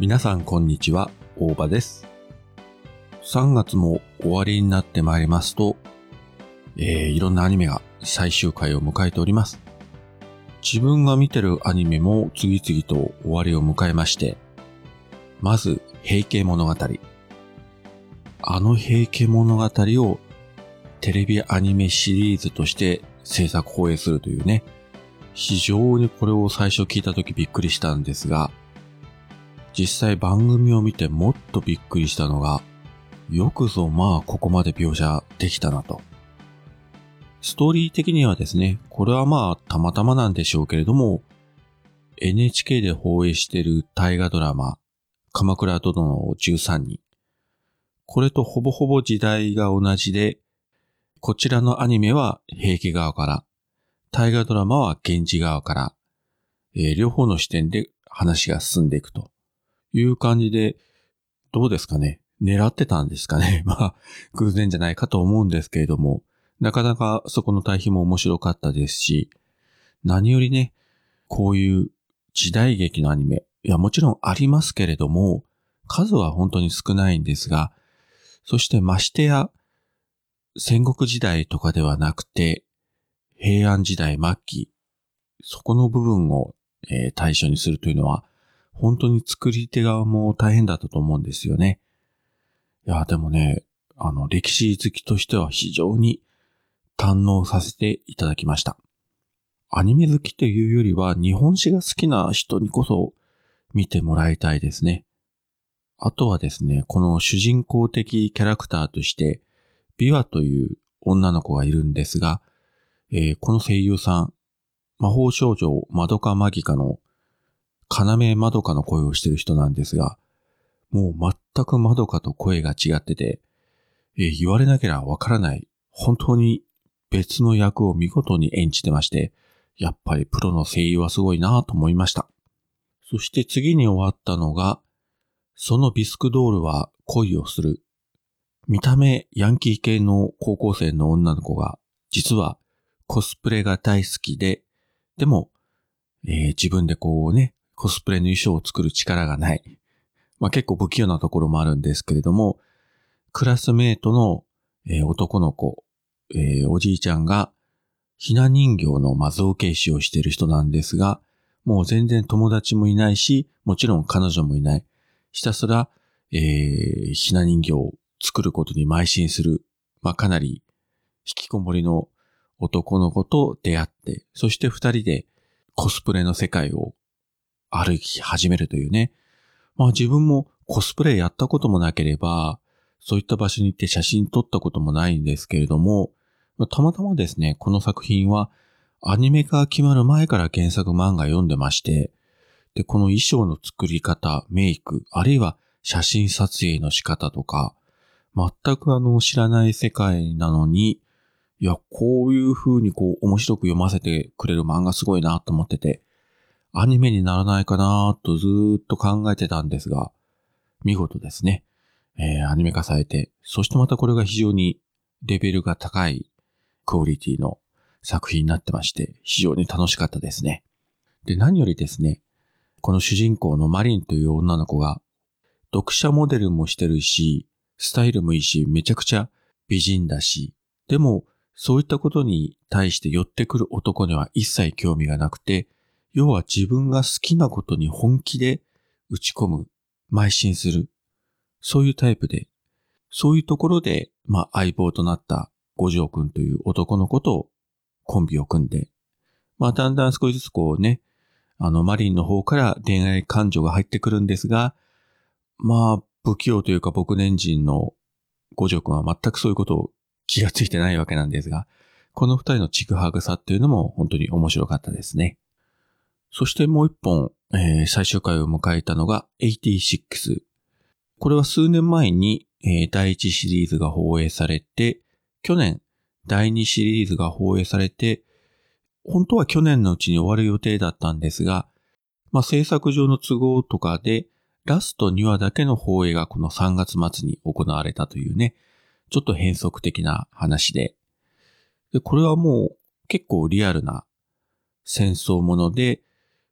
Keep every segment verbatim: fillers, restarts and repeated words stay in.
皆さんこんにちは、大場です。さんがつも終わりになってまいりますと、えー、いろんなアニメが最終回を迎えております。自分が見てるアニメも次々と終わりを迎えまして、まず、平家物語。あの平家物語をテレビアニメシリーズとして制作放映するというね、非常にこれを最初聞いたときびっくりしたんですが、実際番組を見てもっとびっくりしたのが、よくぞまあここまで描写できたなと。ストーリー的にはですね、これはまあたまたまなんでしょうけれども、エヌエイチケー で放映している大河ドラマ、鎌倉殿のじゅうさんにん。これとほぼほぼ時代が同じで、こちらのアニメは平家側から、大河ドラマは源氏側から、えー、両方の視点で話が進んでいくという感じで、どうですかね。狙ってたんですかね。まあ、偶然じゃないかと思うんですけれども、なかなかそこの対比も面白かったですし、何よりね、こういう時代劇のアニメ、いやもちろんありますけれども、数は本当に少ないんですが、そしてましてや、戦国時代とかではなくて、平安時代末期、そこの部分を、えー、対象にするというのは、本当に作り手側も大変だったと思うんですよね。いや、でもね、あの、歴史好きとしては非常に堪能させていただきました。アニメ好きというよりは、日本史が好きな人にこそ見てもらいたいですね。あとはですね、この主人公的キャラクターとして、ビワという女の子がいるんですが、えー、この声優さん、魔法少女まどかマギカの要まどかの声をしている人なんですが、もう全くまどかと声が違ってて、えー、言われなければわからない、本当に別の役を見事に演じてまして、やっぱりプロの声優はすごいなと思いました。そして次に終わったのが、そのビスクドールは恋をする。見た目ヤンキー系の高校生の女の子が、実はコスプレが大好きで、でも、えー、自分でこうね、コスプレの衣装を作る力がない。まあ結構不器用なところもあるんですけれども、クラスメートの、えー、男の子、えー、おじいちゃんがひな人形のま造形師をしている人なんですが、もう全然友達もいないし、もちろん彼女もいない。ひたすら、えー、ひな人形を作ることに邁進する、まあ、かなり引きこもりの男の子と出会って、そして二人でコスプレの世界を歩き始めるというね。まあ自分もコスプレやったこともなければ、そういった場所に行って写真撮ったこともないんですけれども、たまたまですね、この作品はアニメ化決まる前から原作漫画読んでまして、で、この衣装の作り方、メイク、あるいは写真撮影の仕方とか、全くあの知らない世界なのに、いや、こういう風にこう面白く読ませてくれる漫画すごいなと思ってて、アニメにならないかなとずーっと考えてたんですが、見事ですね、えー、アニメ化されて、そしてまたこれが非常にレベルが高いクオリティの作品になってまして、非常に楽しかったですね。で、何よりですね、この主人公のマリンという女の子が、読者モデルもしてるし、スタイルもいいし、めちゃくちゃ美人だし、でも、そういったことに対して寄ってくる男には一切興味がなくて、要は自分が好きなことに本気で打ち込む、邁進する、そういうタイプで、そういうところで、まあ相棒となった五条くんという男の子とコンビを組んで、まあだんだん少しずつこうね、あのマリンの方から恋愛感情が入ってくるんですが、まあ不器用というか僕年人の五条くんは全くそういうことを気がついてないわけなんですが、この二人のちぐはぐさっていうのも本当に面白かったですね。そしてもう一本、えー、最終回を迎えたのがはちじゅうろく。これは数年前に、えー、だいいちシリーズが放映されて、去年だいにシリーズが放映されて、本当は去年のうちに終わる予定だったんですが、まあ制作上の都合とかでラストにわだけの放映がこのさんがつ末に行われたというね、ちょっと変則的な話で、でこれはもう結構リアルな戦争もので、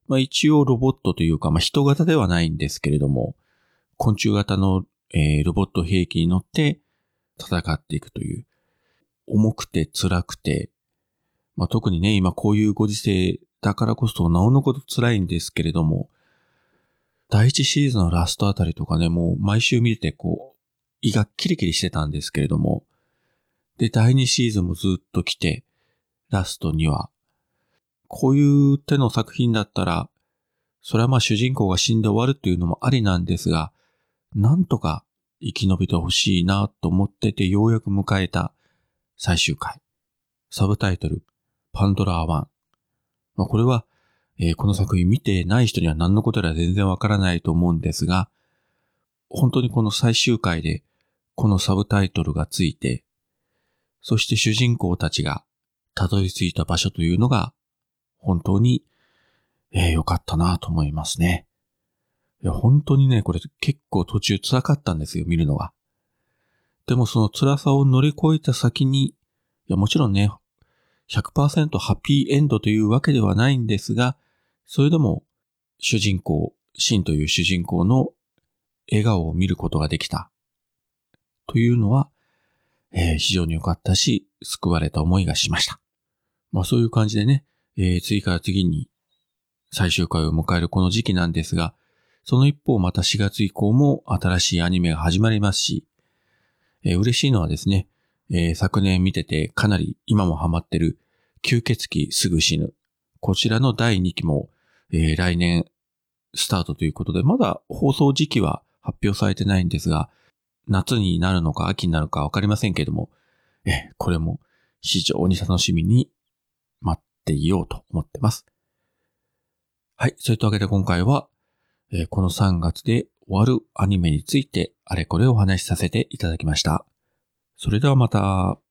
まあ一応ロボットというか、まあ人型ではないんですけれども、昆虫型の、えー、ロボット兵器に乗って戦っていくという、重くて辛くて、まあ特にね、今こういうご時世だからこそなおのこと辛いんですけれども、第一シーズンのラストあたりとかね、もう毎週見ててこう、胃がキリキリしてたんですけれども、で、第二シーズンもずっと来て、ラストには、こういう手の作品だったら、それはまあ主人公が死んで終わるっていうのもありなんですが、なんとか生き延びてほしいなと思ってて、ようやく迎えた最終回。サブタイトル、パンドラーワン。まあ、これは、えー、この作品見てない人には何のことやら全然わからないと思うんですが、本当にこの最終回で、このサブタイトルがついて、そして主人公たちがたどり着いた場所というのが、本当に、えー、良かったなと思いますね。いや、本当にね、これ結構途中辛かったんですよ、見るのが。でもその辛さを乗り越えた先に、いや、もちろんね、ひゃくパーセント ハッピーエンドというわけではないんですが、それでも主人公、シンという主人公の笑顔を見ることができた。というのは、えー、非常に良かったし、救われた思いがしました。まあそういう感じでね、えー、次から次に最終回を迎えるこの時期なんですが、その一方またしがつ以降も新しいアニメが始まりますし、えー、嬉しいのはですね、えー、昨年見ててかなり今もハマってる吸血鬼すぐ死ぬ。こちらのだいにきも、えー、来年スタートということで、まだ放送時期は発表されてないんですが、夏になるのか秋になるかわかりませんけれども、えー、これも非常に楽しみに待っていようと思ってます。はい。そういったわけで今回は、えー、このさんがつで終わるアニメについてあれこれお話しさせていただきました。それではまた。